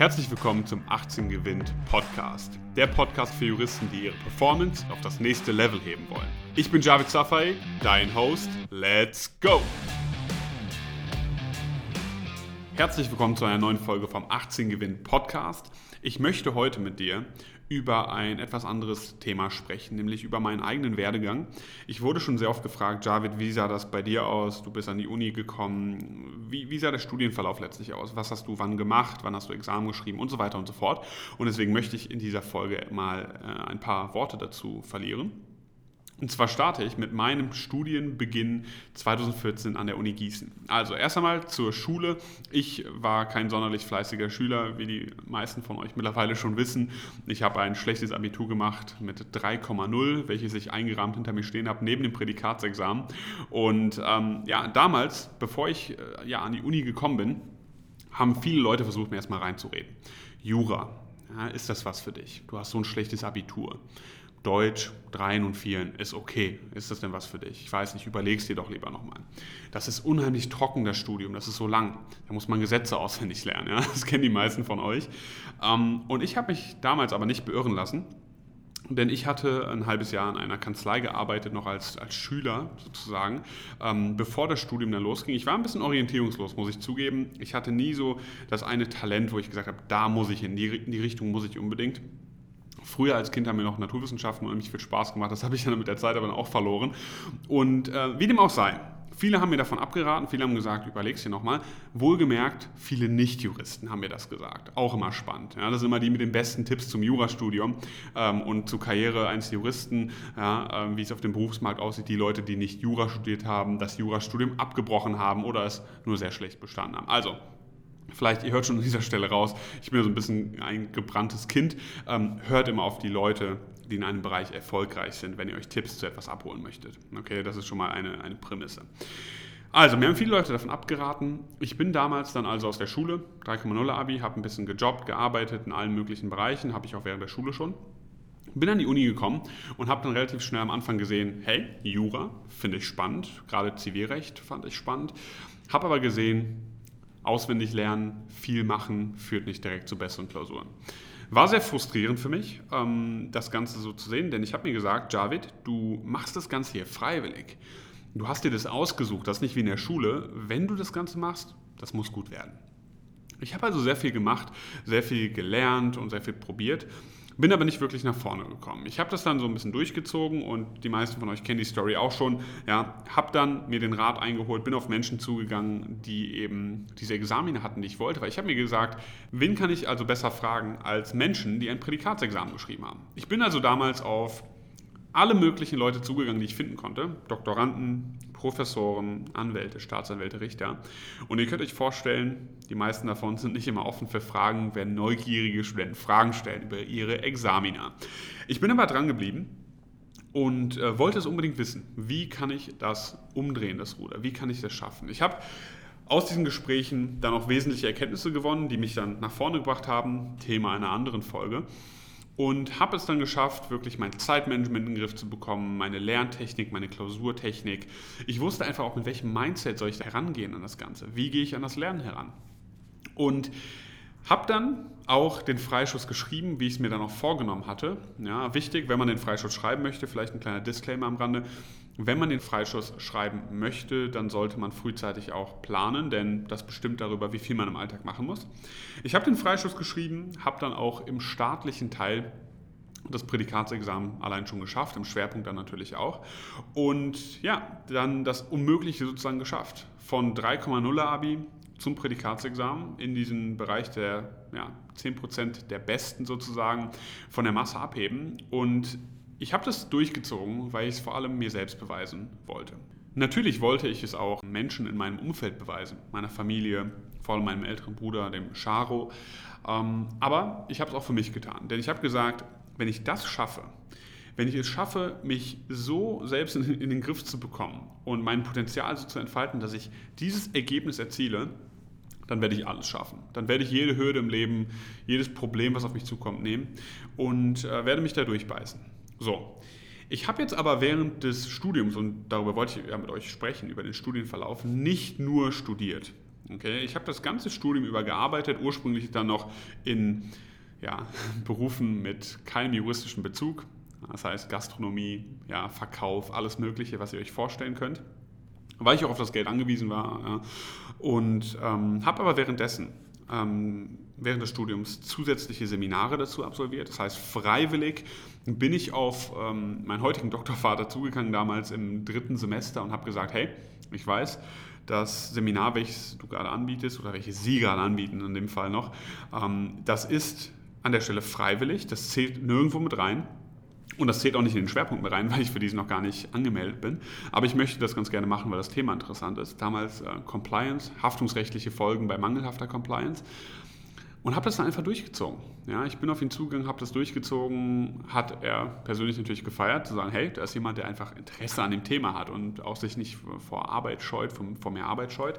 Herzlich willkommen zum 18 gewinnt Podcast. Der Podcast für Juristen, die ihre Performance auf das nächste Level heben wollen. Ich bin Javid Safai, dein Host. Let's go! Herzlich willkommen zu einer neuen Folge vom 18 gewinnt Podcast. Ich möchte heute mit dir über ein etwas anderes Thema sprechen, nämlich über meinen eigenen Werdegang. Ich wurde schon sehr oft gefragt, Javid, wie sah das bei dir aus? Du bist an die Uni gekommen. Wie sah der Studienverlauf letztlich aus? Was hast du wann gemacht? Wann hast du Examen geschrieben? Und so weiter und so fort. Und deswegen möchte ich in dieser Folge mal ein paar Worte dazu verlieren. Und zwar starte ich mit meinem Studienbeginn 2014 an der Uni Gießen. Also erst einmal zur Schule. Ich war kein sonderlich fleißiger Schüler, wie die meisten von euch mittlerweile schon wissen. Ich habe ein schlechtes Abitur gemacht mit 3,0, welches ich eingerahmt hinter mir stehen habe, neben dem Prädikatsexamen. Und damals, bevor ich an die Uni gekommen bin, haben viele Leute versucht, mir erstmal reinzureden. Jura, ist das was für dich? Du hast so ein schlechtes Abitur. Deutsch, 3 und 4 ist okay. Ist das denn was für dich? Ich weiß nicht, überleg's dir doch lieber nochmal. Das ist unheimlich trocken, das Studium, das ist so lang. Da muss man Gesetze auswendig lernen, ja? Das kennen die meisten von euch. Und ich habe mich damals aber nicht beirren lassen, denn ich hatte ein halbes Jahr in einer Kanzlei gearbeitet, noch als Schüler sozusagen, bevor das Studium dann losging. Ich war ein bisschen orientierungslos, muss ich zugeben. Ich hatte nie so das eine Talent, wo ich gesagt habe, da muss ich hin, in die Richtung muss ich unbedingt. Früher als Kind haben mir noch Naturwissenschaften unheimlich viel Spaß gemacht, das habe ich dann mit der Zeit aber auch verloren. Und wie dem auch sei, viele haben mir davon abgeraten, viele haben gesagt, überleg's dir nochmal. Wohlgemerkt, viele Nicht-Juristen haben mir das gesagt, auch immer spannend. Ja, das sind immer die mit den besten Tipps zum Jurastudium und zur Karriere eines Juristen, wie es auf dem Berufsmarkt aussieht, die Leute, die nicht Jura studiert haben, das Jurastudium abgebrochen haben oder es nur sehr schlecht bestanden haben. Also, vielleicht, ihr hört schon an dieser Stelle raus, ich bin ja so ein bisschen ein gebranntes Kind. Hört immer auf die Leute, die in einem Bereich erfolgreich sind, wenn ihr euch Tipps zu etwas abholen möchtet. Okay, das ist schon mal eine Prämisse. Also, mir haben viele Leute davon abgeraten. Ich bin damals dann also aus der Schule, 3,0 Abi, habe ein bisschen gejobbt, gearbeitet in allen möglichen Bereichen, habe ich auch während der Schule schon. Bin an die Uni gekommen und habe dann relativ schnell am Anfang gesehen, hey, Jura finde ich spannend, gerade Zivilrecht fand ich spannend, habe aber gesehen, auswendig lernen, viel machen, führt nicht direkt zu besseren Klausuren. War sehr frustrierend für mich, das Ganze so zu sehen, denn ich habe mir gesagt, Javid, du machst das Ganze hier freiwillig. Du hast dir das ausgesucht, das ist nicht wie in der Schule. Wenn du das Ganze machst, das muss gut werden. Ich habe also sehr viel gemacht, sehr viel gelernt und sehr viel probiert. Bin aber nicht wirklich nach vorne gekommen. Ich habe das dann so ein bisschen durchgezogen und die meisten von euch kennen die Story auch schon. Ja, habe dann mir den Rat eingeholt, bin auf Menschen zugegangen, die eben diese Examine hatten, die ich wollte. Weil ich habe mir gesagt, wen kann ich also besser fragen als Menschen, die ein Prädikatsexamen geschrieben haben. Ich bin also damals auf alle möglichen Leute zugegangen, die ich finden konnte. Doktoranden, Professoren, Anwälte, Staatsanwälte, Richter. Und ihr könnt euch vorstellen, die meisten davon sind nicht immer offen für Fragen, wenn neugierige Studenten Fragen stellen über ihre Examina. Ich bin aber dran geblieben und wollte es unbedingt wissen. Wie kann ich das umdrehen, das Ruder? Wie kann ich das schaffen? Ich habe aus diesen Gesprächen dann auch wesentliche Erkenntnisse gewonnen, die mich dann nach vorne gebracht haben. Thema einer anderen Folge. Und habe es dann geschafft, wirklich mein Zeitmanagement in den Griff zu bekommen, meine Lerntechnik, meine Klausurtechnik. Ich wusste einfach auch, mit welchem Mindset soll ich da herangehen an das Ganze. Wie gehe ich an das Lernen heran? Und habe dann auch den Freischuss geschrieben, wie ich es mir dann auch vorgenommen hatte. Ja, wichtig, wenn man den Freischuss schreiben möchte, vielleicht ein kleiner Disclaimer am Rande. Wenn man den Freischuss schreiben möchte, dann sollte man frühzeitig auch planen, denn das bestimmt darüber, wie viel man im Alltag machen muss. Ich habe den Freischuss geschrieben, habe dann auch im staatlichen Teil das Prädikatsexamen allein schon geschafft, im Schwerpunkt dann natürlich auch. Und ja, dann das Unmögliche sozusagen geschafft. Von 3,0 Abi zum Prädikatsexamen in diesen Bereich der 10% der Besten sozusagen von der Masse abheben. Und ich habe das durchgezogen, weil ich es vor allem mir selbst beweisen wollte. Natürlich wollte ich es auch Menschen in meinem Umfeld beweisen, meiner Familie, vor allem meinem älteren Bruder, dem Charo. Aber ich habe es auch für mich getan, denn ich habe gesagt, wenn ich das schaffe, wenn ich es schaffe, mich so selbst in den Griff zu bekommen und mein Potenzial so zu entfalten, dass ich dieses Ergebnis erziele, dann werde ich alles schaffen. Dann werde ich jede Hürde im Leben, jedes Problem, was auf mich zukommt, nehmen und werde mich da durchbeißen. So, ich habe jetzt aber während des Studiums, und darüber wollte ich ja mit euch sprechen, über den Studienverlauf, nicht nur studiert. Okay? Ich habe das ganze Studium über gearbeitet, ursprünglich dann noch in Berufen mit keinem juristischen Bezug. Das heißt Gastronomie, Verkauf, alles Mögliche, was ihr euch vorstellen könnt. Weil ich auch auf das Geld angewiesen war. Und habe aber während des Studiums zusätzliche Seminare dazu absolviert. Das heißt, freiwillig bin ich auf meinen heutigen Doktorvater zugegangen, damals im 3. Semester, und habe gesagt, hey, ich weiß, das Seminar, welches du gerade anbietest oder welches Sie gerade anbieten in dem Fall noch, das ist an der Stelle freiwillig, das zählt nirgendwo mit rein. Und das zählt auch nicht in den Schwerpunkt mit rein, weil ich für diesen noch gar nicht angemeldet bin. Aber ich möchte das ganz gerne machen, weil das Thema interessant ist. Damals Compliance, haftungsrechtliche Folgen bei mangelhafter Compliance. Und habe das dann einfach durchgezogen. Ja, ich bin auf ihn zugegangen, habe das durchgezogen, hat er persönlich natürlich gefeiert, zu sagen, hey, da ist jemand, der einfach Interesse an dem Thema hat und auch sich nicht vor Arbeit scheut, vor mehr Arbeit scheut.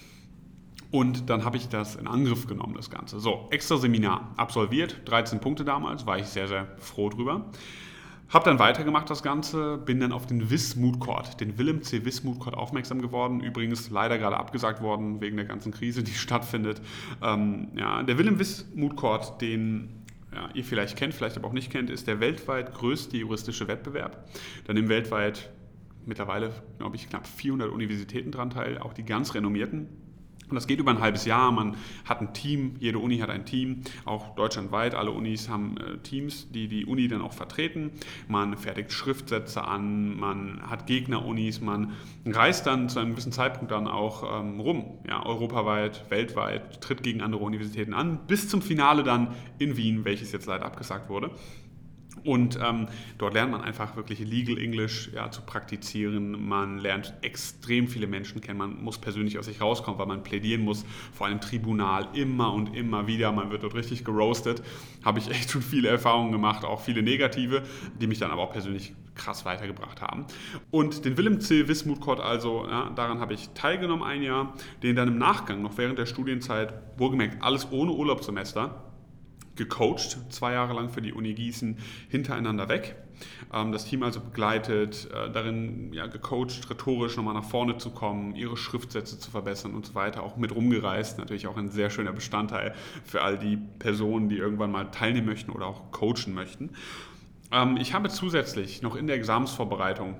Und dann habe ich das in Angriff genommen, das Ganze. So, extra Seminar absolviert, 13 Punkte damals, war ich sehr, sehr froh drüber. Habe dann weitergemacht das Ganze, bin dann auf den Wismut Court, den Willem C. Wismut Court aufmerksam geworden. Übrigens leider gerade abgesagt worden wegen der ganzen Krise, die stattfindet. Der Willem Wismut Court, den ihr vielleicht kennt, vielleicht aber auch nicht kennt, ist der weltweit größte juristische Wettbewerb. Da nehmen weltweit mittlerweile, glaube ich, knapp 400 Universitäten dran teil, auch die ganz renommierten. Und das geht über ein halbes Jahr, man hat ein Team, jede Uni hat ein Team, auch deutschlandweit, alle Unis haben Teams, die die Uni dann auch vertreten. Man fertigt Schriftsätze an, man hat Gegnerunis, man reist dann zu einem gewissen Zeitpunkt dann auch rum, europaweit, weltweit, tritt gegen andere Universitäten an, bis zum Finale dann in Wien, welches jetzt leider abgesagt wurde. Und dort lernt man einfach wirklich Legal English zu praktizieren. Man lernt extrem viele Menschen kennen. Man muss persönlich aus sich rauskommen, weil man plädieren muss vor einem Tribunal immer und immer wieder. Man wird dort richtig geroastet. Habe ich echt schon viele Erfahrungen gemacht, auch viele negative, die mich dann aber auch persönlich krass weitergebracht haben. Und den Willem C. Wismut Court daran habe ich teilgenommen ein Jahr, den dann im Nachgang, noch während der Studienzeit, wohlgemerkt alles ohne Urlaubssemester, gecoacht, 2 Jahre lang für die Uni Gießen hintereinander weg. Das Team also begleitet, darin gecoacht, rhetorisch nochmal nach vorne zu kommen, ihre Schriftsätze zu verbessern und so weiter, auch mit rumgereist. Natürlich auch ein sehr schöner Bestandteil für all die Personen, die irgendwann mal teilnehmen möchten oder auch coachen möchten. Ich habe zusätzlich noch in der Examensvorbereitung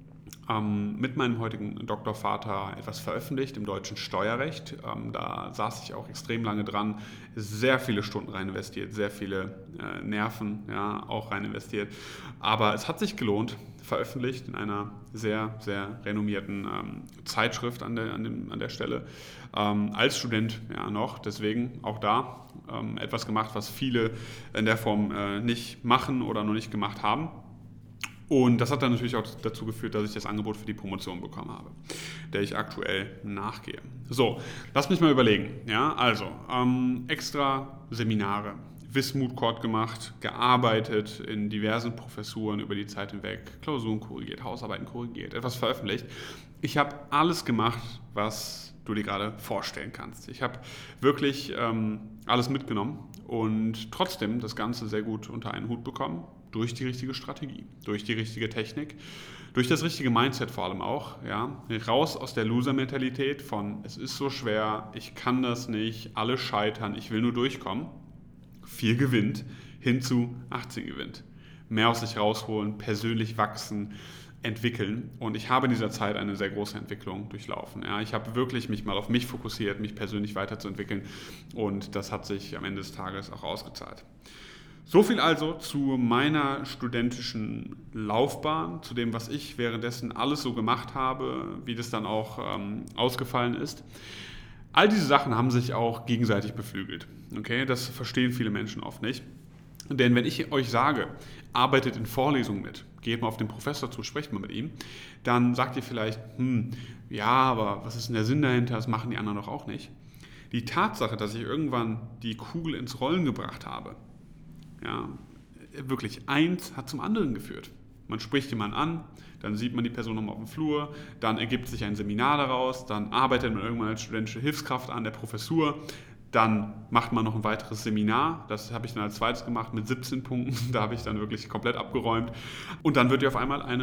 mit meinem heutigen Doktorvater etwas veröffentlicht im deutschen Steuerrecht. Da saß ich auch extrem lange dran, sehr viele Stunden rein investiert, sehr viele Nerven auch rein investiert. Aber es hat sich gelohnt, veröffentlicht in einer sehr, sehr renommierten Zeitschrift an der Stelle. Als Student noch, deswegen auch da etwas gemacht, was viele in der Form nicht machen oder noch nicht gemacht haben. Und das hat dann natürlich auch dazu geführt, dass ich das Angebot für die Promotion bekommen habe, der ich aktuell nachgehe. So, lass mich mal überlegen. Extra Seminare, Wismut Court gemacht, gearbeitet in diversen Professuren über die Zeit hinweg, Klausuren korrigiert, Hausarbeiten korrigiert, etwas veröffentlicht. Ich habe alles gemacht, was du dir gerade vorstellen kannst. Ich habe wirklich alles mitgenommen und trotzdem das Ganze sehr gut unter einen Hut bekommen. Durch die richtige Strategie, durch die richtige Technik, durch das richtige Mindset vor allem auch. Raus aus der Loser-Mentalität von es ist so schwer, ich kann das nicht, alle scheitern, ich will nur durchkommen. 4 gewinnt, hin zu 18 gewinnt. Mehr aus sich rausholen, persönlich wachsen, entwickeln. Und ich habe in dieser Zeit eine sehr große Entwicklung durchlaufen. Ich habe wirklich mich mal auf mich fokussiert, mich persönlich weiterzuentwickeln. Und das hat sich am Ende des Tages auch ausgezahlt. So viel also zu meiner studentischen Laufbahn, zu dem, was ich währenddessen alles so gemacht habe, wie das dann auch ausgefallen ist. All diese Sachen haben sich auch gegenseitig beflügelt. Okay? Das verstehen viele Menschen oft nicht. Denn wenn ich euch sage, arbeitet in Vorlesungen mit, geht mal auf den Professor zu, sprecht mal mit ihm, dann sagt ihr vielleicht, aber was ist denn der Sinn dahinter, das machen die anderen doch auch nicht. Die Tatsache, dass ich irgendwann die Kugel ins Rollen gebracht habe, wirklich eins hat zum anderen geführt. Man spricht jemanden an, dann sieht man die Person nochmal auf dem Flur, dann ergibt sich ein Seminar daraus, dann arbeitet man irgendwann als studentische Hilfskraft an der Professur, dann macht man noch ein weiteres Seminar, das habe ich dann als zweites gemacht mit 17 Punkten, da habe ich dann wirklich komplett abgeräumt und dann wird dir auf einmal eine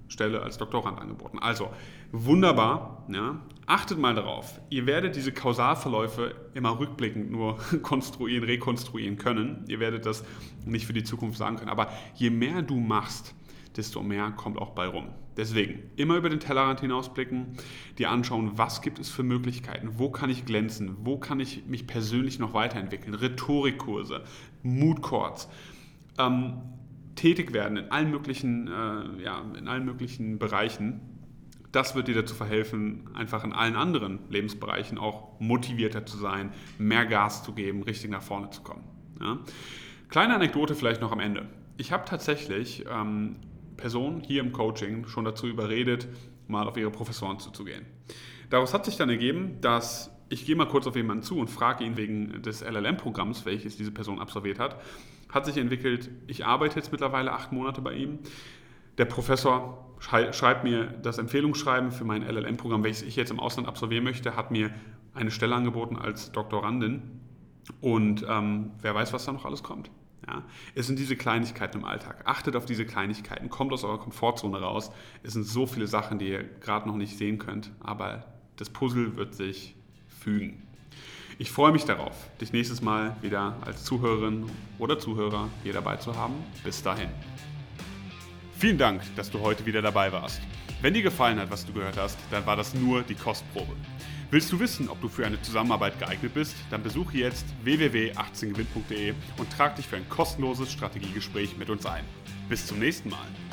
Stelle als Doktorand angeboten. Also wunderbar, ja? Achtet mal darauf, ihr werdet diese Kausalverläufe immer rückblickend nur rekonstruieren können. Ihr werdet das nicht für die Zukunft sagen können, aber je mehr du machst, desto mehr kommt auch bei rum. Deswegen immer über den Tellerrand hinausblicken, dir anschauen, was gibt es für Möglichkeiten, wo kann ich glänzen, wo kann ich mich persönlich noch weiterentwickeln, Rhetorikkurse, Mood Courts, tätig werden in allen möglichen Bereichen. Das wird dir dazu verhelfen, einfach in allen anderen Lebensbereichen auch motivierter zu sein, mehr Gas zu geben, richtig nach vorne zu kommen. Ja? Kleine Anekdote vielleicht noch am Ende. Ich habe tatsächlich Personen hier im Coaching schon dazu überredet, mal auf ihre Professoren zuzugehen. Daraus hat sich dann ergeben, dass ich gehe mal kurz auf jemanden zu und frage ihn wegen des LLM-Programms, welches diese Person absolviert hat. Hat sich entwickelt, ich arbeite jetzt mittlerweile 8 Monate bei ihm. Der Professor schreibt mir das Empfehlungsschreiben für mein LLM-Programm, welches ich jetzt im Ausland absolvieren möchte, hat mir eine Stelle angeboten als Doktorandin. Und wer weiß, was da noch alles kommt. Ja, es sind diese Kleinigkeiten im Alltag. Achtet auf diese Kleinigkeiten, kommt aus eurer Komfortzone raus. Es sind so viele Sachen, die ihr gerade noch nicht sehen könnt, aber das Puzzle wird sich fügen. Ich freue mich darauf, dich nächstes Mal wieder als Zuhörerin oder Zuhörer hier dabei zu haben. Bis dahin. Vielen Dank, dass du heute wieder dabei warst. Wenn dir gefallen hat, was du gehört hast, dann war das nur die Kostprobe. Willst du wissen, ob du für eine Zusammenarbeit geeignet bist? Dann besuche jetzt www.18gewinn.de und trag dich für ein kostenloses Strategiegespräch mit uns ein. Bis zum nächsten Mal.